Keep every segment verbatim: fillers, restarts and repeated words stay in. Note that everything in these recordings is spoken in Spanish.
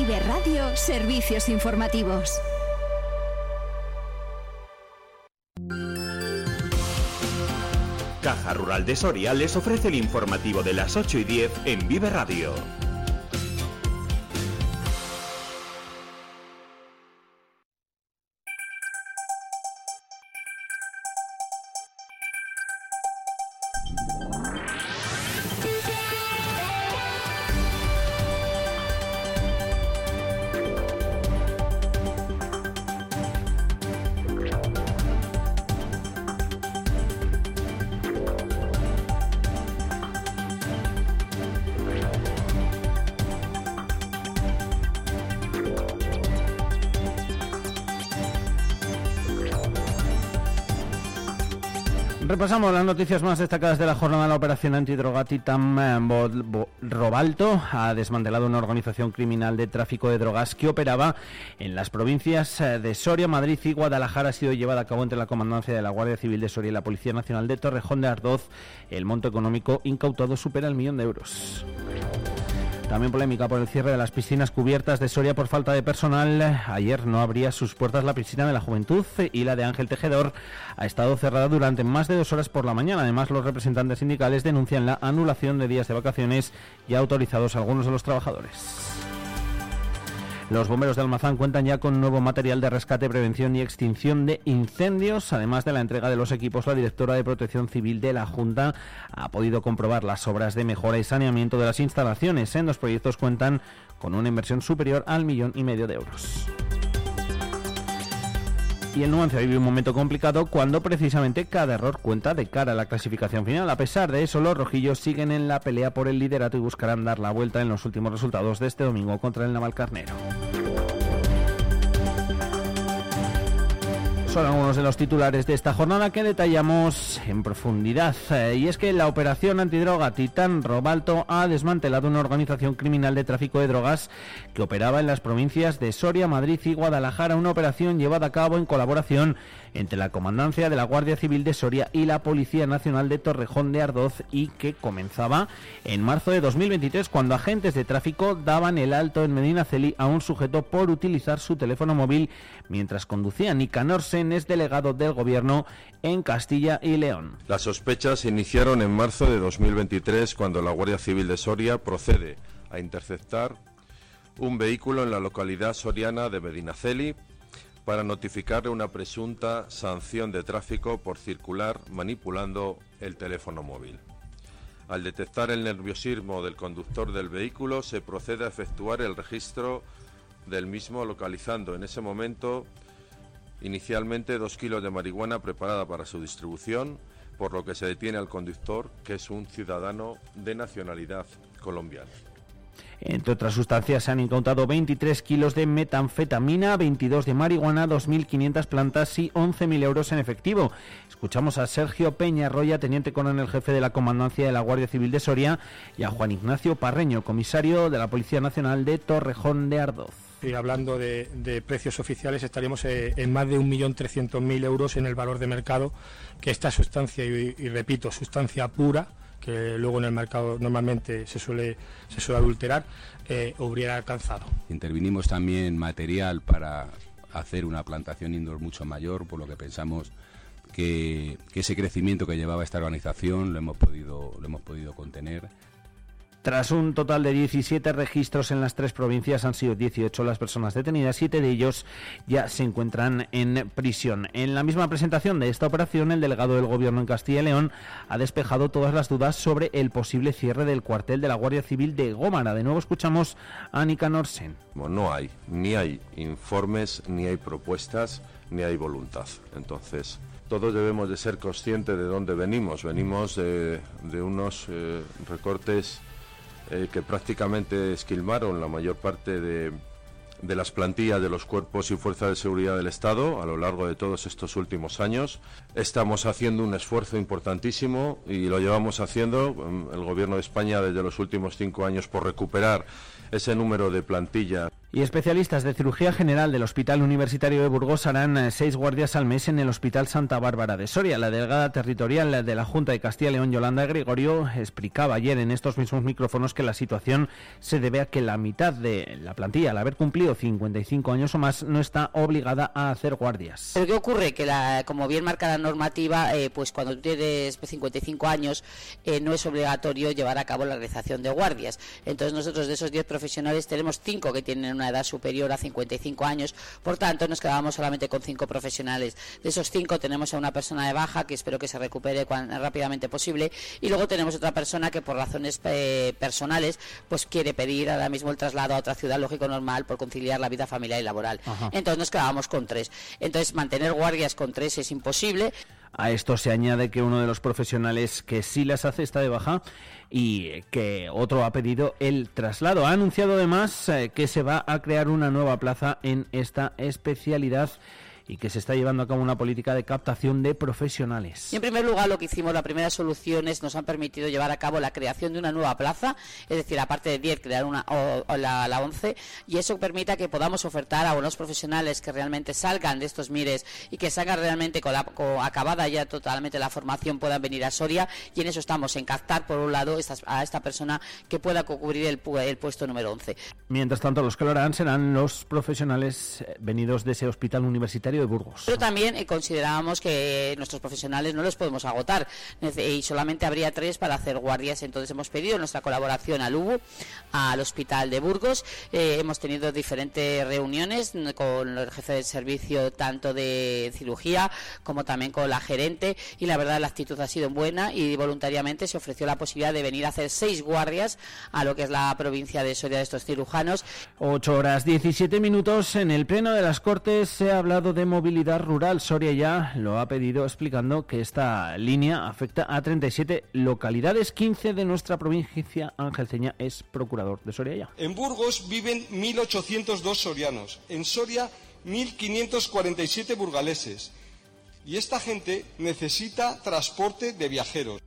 Vive Radio Servicios Informativos. Caja Rural de Soria les ofrece el informativo de las ocho y diez en Vive Radio. Repasamos las noticias más destacadas de la jornada. La operación antidroga Titan Robalto ha desmantelado una organización criminal de tráfico de drogas que operaba en las provincias de Soria, Madrid y Guadalajara. Ha sido llevada a cabo entre la Comandancia de la Guardia Civil de Soria y la Policía Nacional de Torrejón de Ardoz. El monto económico incautado supera el millón de euros. También polémica por el cierre de las piscinas cubiertas de Soria por falta de personal. Ayer no abría sus puertas la piscina de la Juventud y la de Ángel Tejedor ha estado cerrada durante más de dos horas por la mañana. Además, los representantes sindicales denuncian la anulación de días de vacaciones ya autorizados a algunos de los trabajadores. Los bomberos de Almazán cuentan ya con nuevo material de rescate, prevención y extinción de incendios. Además de la entrega de los equipos, la directora de Protección Civil de la Junta ha podido comprobar las obras de mejora y saneamiento de las instalaciones. En los proyectos cuentan con una inversión superior al millón y medio de euros. Y el Numancia vive un momento complicado cuando precisamente cada error cuenta de cara a la clasificación final. A pesar de eso, los rojillos siguen en la pelea por el liderato y buscarán dar la vuelta en los últimos resultados de este domingo contra el Navalcarnero. Son algunos de los titulares de esta jornada que detallamos en profundidad. Eh, y es que la operación antidroga Titan Robalto ha desmantelado una organización criminal de tráfico de drogas que operaba en las provincias de Soria, Madrid y Guadalajara. Una operación llevada a cabo en colaboración entre la Comandancia de la Guardia Civil de Soria y la Policía Nacional de Torrejón de Ardoz, y que comenzaba en marzo de dos mil veintitrés, cuando agentes de tráfico daban el alto en Medinaceli a un sujeto por utilizar su teléfono móvil mientras conducía. Nicanor Sen es delegado del Gobierno en Castilla y León. Las sospechas se iniciaron en marzo de dos mil veintitrés, cuando la Guardia Civil de Soria procede a interceptar un vehículo en la localidad soriana de Medinaceli para notificarle una presunta sanción de tráfico por circular manipulando el teléfono móvil. Al detectar el nerviosismo del conductor del vehículo, se procede a efectuar el registro del mismo, localizando en ese momento inicialmente dos kilos de marihuana preparada para su distribución, por lo que se detiene al conductor, que es un ciudadano de nacionalidad colombiana. Entre otras sustancias, se han incautado veintitrés kilos de metanfetamina, veintidós de marihuana, dos mil quinientas plantas y once mil euros en efectivo. Escuchamos a Sergio Peñarroya, teniente coronel jefe de la Comandancia de la Guardia Civil de Soria, y a Juan Ignacio Parreño, comisario de la Policía Nacional de Torrejón de Ardoz. Y hablando de, de precios oficiales, estaríamos eh, en más de un millón trescientos mil euros en el valor de mercado que esta sustancia, y, y repito, sustancia pura, que luego en el mercado normalmente se suele, se suele adulterar, eh, hubiera alcanzado. Intervinimos también material para hacer una plantación indoor mucho mayor, por lo que pensamos que, que ese crecimiento que llevaba esta organización lo hemos podido, lo hemos podido contener. Tras un total de diecisiete registros en las tres provincias, han sido dieciocho las personas detenidas, siete de ellos ya se encuentran en prisión. En la misma presentación de esta operación, el delegado del Gobierno en Castilla y León ha despejado todas las dudas sobre el posible cierre del cuartel de la Guardia Civil de Gómara. De nuevo escuchamos a Nicanor Sen. Bueno, no hay, ni hay informes, ni hay propuestas, ni hay voluntad. Entonces, todos debemos de ser conscientes de dónde venimos. Venimos de, de unos eh, recortes Eh, que prácticamente esquilmaron la mayor parte de, de las plantillas de los cuerpos y fuerzas de seguridad del Estado a lo largo de todos estos últimos años. Estamos haciendo un esfuerzo importantísimo y lo llevamos haciendo el Gobierno de España desde los últimos cinco años por recuperar ese número de plantillas. Y especialistas de cirugía general del Hospital Universitario de Burgos harán seis guardias al mes en el Hospital Santa Bárbara de Soria. La delegada territorial de la Junta de Castilla y León, Yolanda Gregorio, explicaba ayer en estos mismos micrófonos que la situación se debe a que la mitad de la plantilla, al haber cumplido cincuenta y cinco años o más, no está obligada a hacer guardias. ¿Pero qué ocurre? Que la, como bien marca la normativa, eh, pues cuando tú tienes cincuenta y cinco años eh, no es obligatorio llevar a cabo la realización de guardias. Entonces nosotros de esos diez profesionales tenemos cinco que tienen una una edad superior a cincuenta y cinco años, por tanto nos quedábamos solamente con cinco profesionales. De esos cinco tenemos a una persona de baja que espero que se recupere cuan rápidamente posible, y luego tenemos otra persona que por razones eh, personales pues quiere pedir ahora mismo el traslado a otra ciudad, lógico, normal, por conciliar la vida familiar y laboral. Ajá. Entonces nos quedábamos con tres. Entonces mantener guardias con tres es imposible. A esto se añade que uno de los profesionales que sí las hace está de baja y que otro ha pedido el traslado. Ha anunciado además eh, que se va a crear una nueva plaza en esta especialidad y que se está llevando a cabo una política de captación de profesionales. Y en primer lugar, lo que hicimos, la primera solución es, nos han permitido llevar a cabo la creación de una nueva plaza, es decir, aparte de diez, crear una o, o la, la once, y eso permita que podamos ofertar a unos profesionales que realmente salgan de estos mires y que salgan realmente con, la, con acabada ya totalmente la formación, puedan venir a Soria, y en eso estamos, en captar por un lado estas, a esta persona que pueda cubrir el, el puesto número once. Mientras tanto, los que lo harán serán los profesionales venidos de ese hospital universitario de Burgos. Pero también eh, considerábamos que nuestros profesionales no los podemos agotar y solamente habría tres para hacer guardias. Entonces hemos pedido nuestra colaboración al U B U, al Hospital de Burgos. Eh, hemos tenido diferentes reuniones con el jefe del servicio tanto de cirugía como también con la gerente, y la verdad la actitud ha sido buena y voluntariamente se ofreció la posibilidad de venir a hacer seis guardias a lo que es la provincia de Soria de estos cirujanos. ocho horas diecisiete minutos. En el Pleno de las Cortes se ha hablado de movilidad rural. Soria ya lo ha pedido, explicando que esta línea afecta a treinta y siete localidades, quince de nuestra provincia. Ángel Ceña es procurador de Soria ya. En Burgos viven mil ochocientos dos sorianos, en Soria mil quinientos cuarenta y siete burgaleses, y esta gente necesita transporte de viajeros.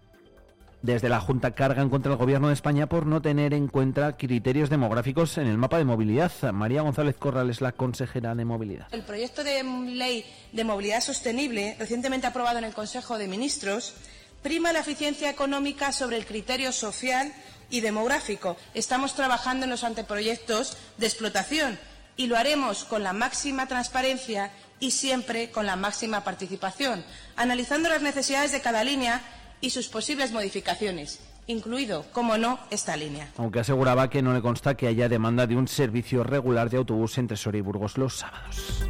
Desde la Junta cargan contra el Gobierno de España por no tener en cuenta criterios demográficos en el mapa de movilidad. María González Corral es la consejera de Movilidad. El proyecto de ley de movilidad sostenible, recientemente aprobado en el Consejo de Ministros, prima la eficiencia económica sobre el criterio social y demográfico. Estamos trabajando en los anteproyectos de explotación y lo haremos con la máxima transparencia y siempre con la máxima participación, analizando las necesidades de cada línea y sus posibles modificaciones, incluido, como no, esta línea. Aunque aseguraba que no le consta que haya demanda de un servicio regular de autobús entre Soria y Burgos los sábados.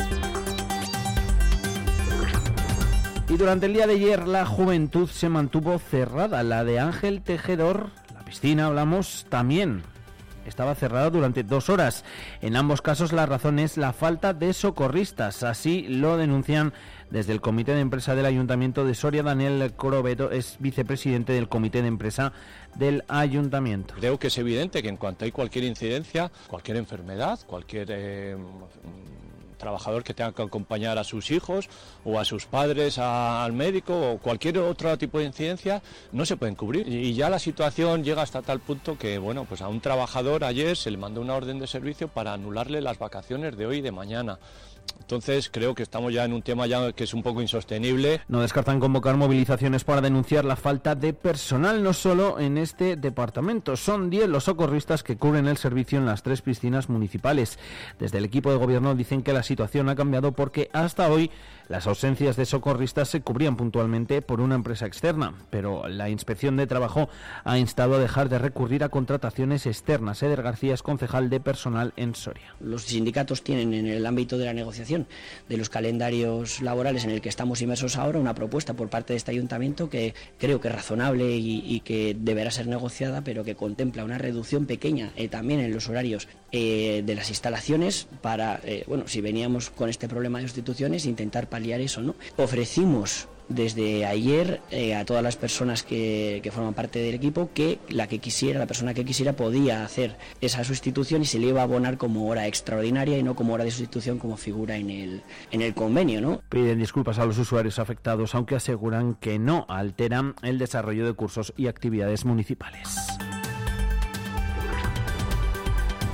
Y durante el día de ayer la juventud se mantuvo cerrada. La de Ángel Tejedor, la piscina, hablamos, también estaba cerrada durante dos horas. En ambos casos la razón es la falta de socorristas. Así lo denuncian desde el Comité de Empresa del Ayuntamiento de Soria. Daniel Corobeto es vicepresidente del Comité de Empresa del Ayuntamiento. Creo que es evidente que en cuanto hay cualquier incidencia, cualquier enfermedad, cualquier eh, trabajador que tenga que acompañar a sus hijos o a sus padres a, al médico o cualquier otro tipo de incidencia, no se pueden cubrir. Y ya la situación llega hasta tal punto que, bueno, pues a un trabajador ayer se le mandó una orden de servicio para anularle las vacaciones de hoy y de mañana. Entonces creo que estamos ya en un tema ya que es un poco insostenible. No descartan convocar movilizaciones para denunciar la falta de personal, no solo en este departamento. Son diez los socorristas que cubren el servicio en las tres piscinas municipales. Desde el equipo de gobierno dicen que la situación ha cambiado porque hasta hoy las ausencias de socorristas se cubrían puntualmente por una empresa externa, pero la Inspección de Trabajo ha instado a dejar de recurrir a contrataciones externas. Eder García es concejal de personal en Soria. Los sindicatos tienen en el ámbito de la negociación de los calendarios laborales en el que estamos inmersos ahora una propuesta por parte de este ayuntamiento que creo que es razonable y, y que deberá ser negociada, pero que contempla una reducción pequeña eh, también en los horarios eh, de las instalaciones para, eh, bueno, si veníamos con este problema de sustituciones, intentar paliar eso, ¿no? Ofrecimos desde ayer eh, a todas las personas que, que forman parte del equipo que la que quisiera, la persona que quisiera podía hacer esa sustitución y se le iba a abonar como hora extraordinaria y no como hora de sustitución como figura en el, en el convenio, ¿no? Piden disculpas a los usuarios afectados, aunque aseguran que no alteran el desarrollo de cursos y actividades municipales.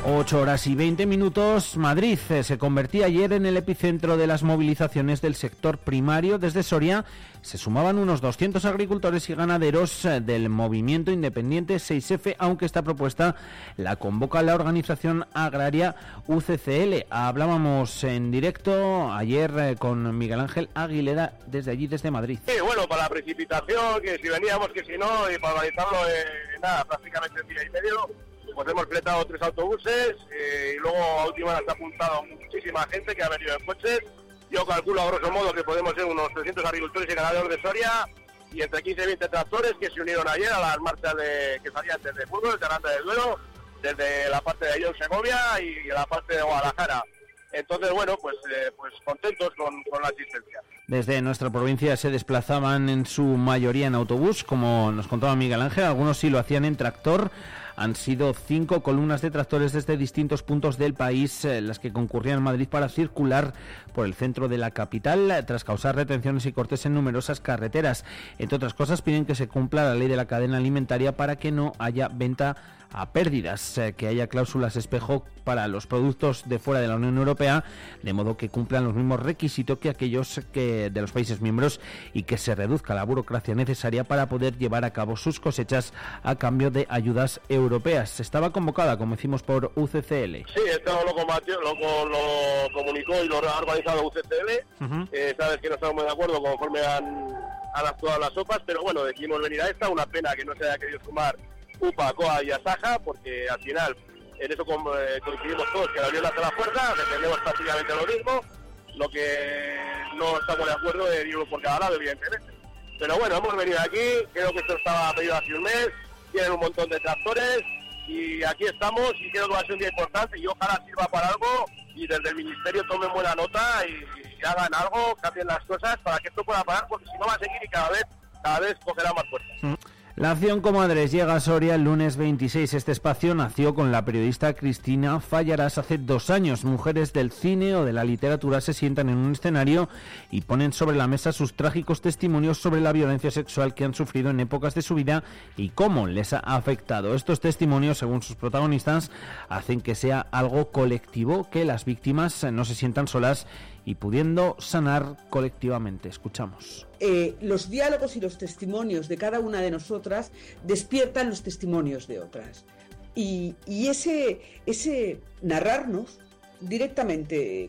ocho horas y veinte minutos. Madrid eh, se convertía ayer en el epicentro de las movilizaciones del sector primario. Desde Soria se sumaban unos doscientos agricultores y ganaderos eh, del movimiento independiente seis efe, aunque esta propuesta la convoca la organización agraria U C C L. Hablábamos en directo ayer eh, con Miguel Ángel Aguilera desde allí, desde Madrid. Sí, bueno, para la precipitación, que si veníamos, que si no, y para organizarlo en nada, prácticamente en día y medio. Pues hemos fletado tres autobuses eh, y luego a última hora se ha apuntado muchísima gente que ha venido en coches. Yo calculo a grosso modo que podemos ser unos trescientos agricultores y ganaderos de Soria y entre quince y veinte tractores que se unieron ayer a las marchas de, que salían desde Burgos, desde Aranda del Duero, desde la parte de Ayón, Segovia y la parte de Guadalajara. Entonces, bueno, pues, eh, pues contentos con, con la asistencia. Desde nuestra provincia se desplazaban en su mayoría en autobús, como nos contaba Miguel Ángel, algunos sí lo hacían en tractor. Han sido cinco columnas de tractores desde distintos puntos del país eh, las que concurrían en Madrid para circular por el centro de la capital eh, tras causar retenciones y cortes en numerosas carreteras. Entre otras cosas, piden que se cumpla la ley de la cadena alimentaria para que no haya venta a pérdidas, eh, que haya cláusulas espejo para los productos de fuera de la Unión Europea, de modo que cumplan los mismos requisitos que aquellos que de los países miembros y que se reduzca la burocracia necesaria para poder llevar a cabo sus cosechas a cambio de ayudas europeas. Estaba convocada, como decimos, por U C C L. Sí, esto lo, combatió, lo, lo comunicó y lo ha organizado U C C L. Uh-huh. Eh, sabes que no estamos muy de acuerdo conforme han, han actuado las sopas, pero bueno, decidimos venir a esta. Una pena que no se haya querido sumar U P A, C O A y Asaja, porque al final en eso coincidimos todos, que la unión hace la fuerza, defendemos prácticamente lo mismo. Lo que no estamos de acuerdo es ir por cada lado, evidentemente. Pero bueno, hemos venido aquí, creo que esto estaba pedido hace un mes, tienen un montón de tractores y aquí estamos y creo que va a ser un día importante y ojalá sirva para algo y desde el Ministerio tomen buena nota y, y hagan algo, cambien las cosas para que esto pueda parar, porque si no va a seguir y cada vez, cada vez cogerá más fuerza. Mm. La acción Comadres llega a Soria el lunes veintiséis. Este espacio nació con la periodista Cristina Fallarás hace dos años. Mujeres del cine o de la literatura se sientan en un escenario y ponen sobre la mesa sus trágicos testimonios sobre la violencia sexual que han sufrido en épocas de su vida y cómo les ha afectado. Estos testimonios, según sus protagonistas, hacen que sea algo colectivo, que las víctimas no se sientan solas y pudiendo sanar colectivamente. Escuchamos. Eh, los diálogos y los testimonios de cada una de nosotras despiertan los testimonios de otras. Y, y ese, ese narrarnos directamente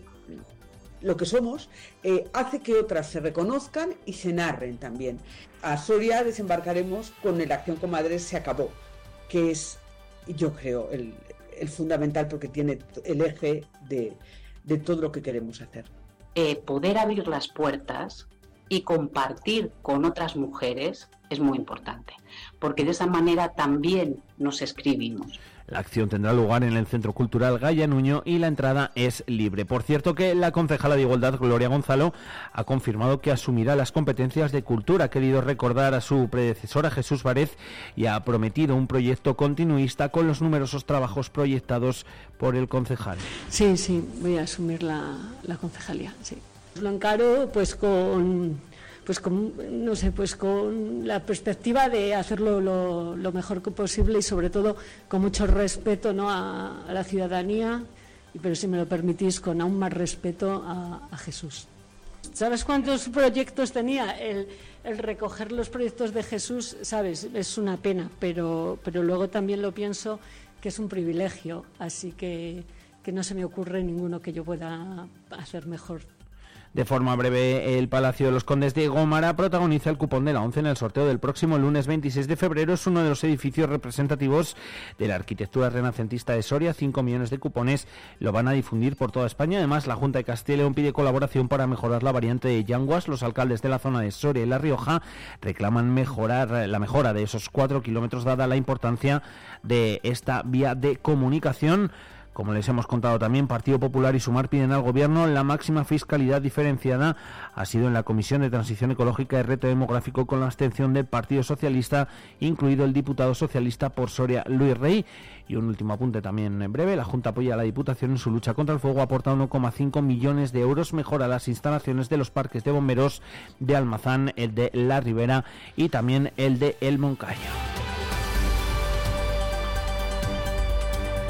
lo que somos eh, hace que otras se reconozcan y se narren también. A Soria desembarcaremos con el Acción Comadres se acabó, que es, yo creo, el, el fundamental porque tiene el eje de, de todo lo que queremos hacer. Eh, poder abrir las puertas y compartir con otras mujeres es muy importante, porque de esa manera también nos escribimos. La acción tendrá lugar en el Centro Cultural Gaya Nuño y la entrada es libre. Por cierto, que la concejala de Igualdad, Gloria Gonzalo, ha confirmado que asumirá las competencias de cultura. Ha querido recordar a su predecesora Jesús Várez y ha prometido un proyecto continuista con los numerosos trabajos proyectados por el concejal. Sí, sí, voy a asumir la, la concejalía, sí. Lo encaro pues con... pues con, no sé, pues con la perspectiva de hacerlo lo, lo mejor posible y sobre todo con mucho respeto, ¿no?, a, a la ciudadanía, pero si me lo permitís, con aún más respeto a, a Jesús. ¿Sabes cuántos proyectos tenía? El, el recoger los proyectos de Jesús, ¿sabes? Es una pena, pero, pero luego también lo pienso que es un privilegio, así que, que no se me ocurre ninguno que yo pueda hacer mejor. De forma breve, el Palacio de los Condes de Gómara protagoniza el cupón de la ONCE en el sorteo del próximo lunes veintiséis de febrero. Es uno de los edificios representativos de la arquitectura renacentista de Soria. Cinco millones de cupones lo van a difundir por toda España. Además, la Junta de Castilla y León pide colaboración para mejorar la variante de Llanguas. Los alcaldes de la zona de Soria y La Rioja reclaman mejorar la mejora de esos cuatro kilómetros, dada la importancia de esta vía de comunicación. Como les hemos contado también, Partido Popular y Sumar piden al Gobierno la máxima fiscalidad diferenciada. Ha sido en la Comisión de Transición Ecológica y Reto Demográfico con la abstención del Partido Socialista, incluido el diputado socialista por Soria, Luis Rey. Y un último apunte también en breve. La Junta apoya a la Diputación en su lucha contra el fuego. Aporta uno coma cinco millones de euros. Mejora las instalaciones de los parques de bomberos de Almazán, el de La Ribera y también el de El Moncayo.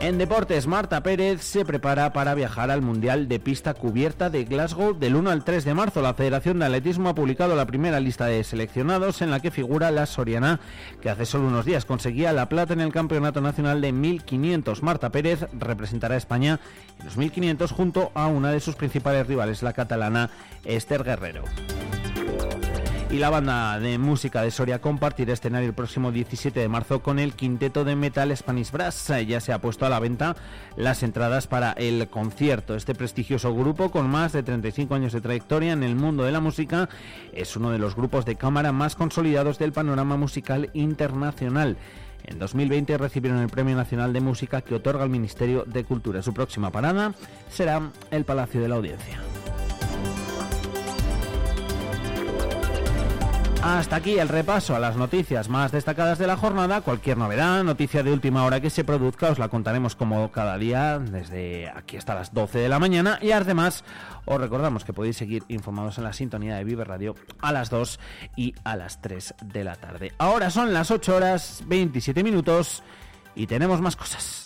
En deportes, Marta Pérez se prepara para viajar al Mundial de Pista Cubierta de Glasgow del uno al tres de marzo. La Federación de Atletismo ha publicado la primera lista de seleccionados en la que figura la soriana, que hace solo unos días conseguía la plata en el Campeonato Nacional de mil quinientos. Marta Pérez representará a España en los mil quinientos junto a una de sus principales rivales, la catalana Esther Guerrero. Y la banda de música de Soria compartirá escenario el próximo diecisiete de marzo con el quinteto de metal Spanish Brass. Ya se ha puesto a la venta las entradas para el concierto. Este prestigioso grupo, con más de treinta y cinco años de trayectoria en el mundo de la música, es uno de los grupos de cámara más consolidados del panorama musical internacional. En dos mil veinte recibieron el Premio Nacional de Música que otorga el Ministerio de Cultura. Su próxima parada será el Palacio de la Audiencia. Hasta aquí el repaso a las noticias más destacadas de la jornada. Cualquier novedad, noticia de última hora que se produzca, os la contaremos como cada día desde aquí hasta las doce de la mañana. Y además os recordamos que podéis seguir informados en la sintonía de Vive Radio a las dos y a las tres de la tarde. Ahora son las ocho horas veintisiete minutos y tenemos más cosas.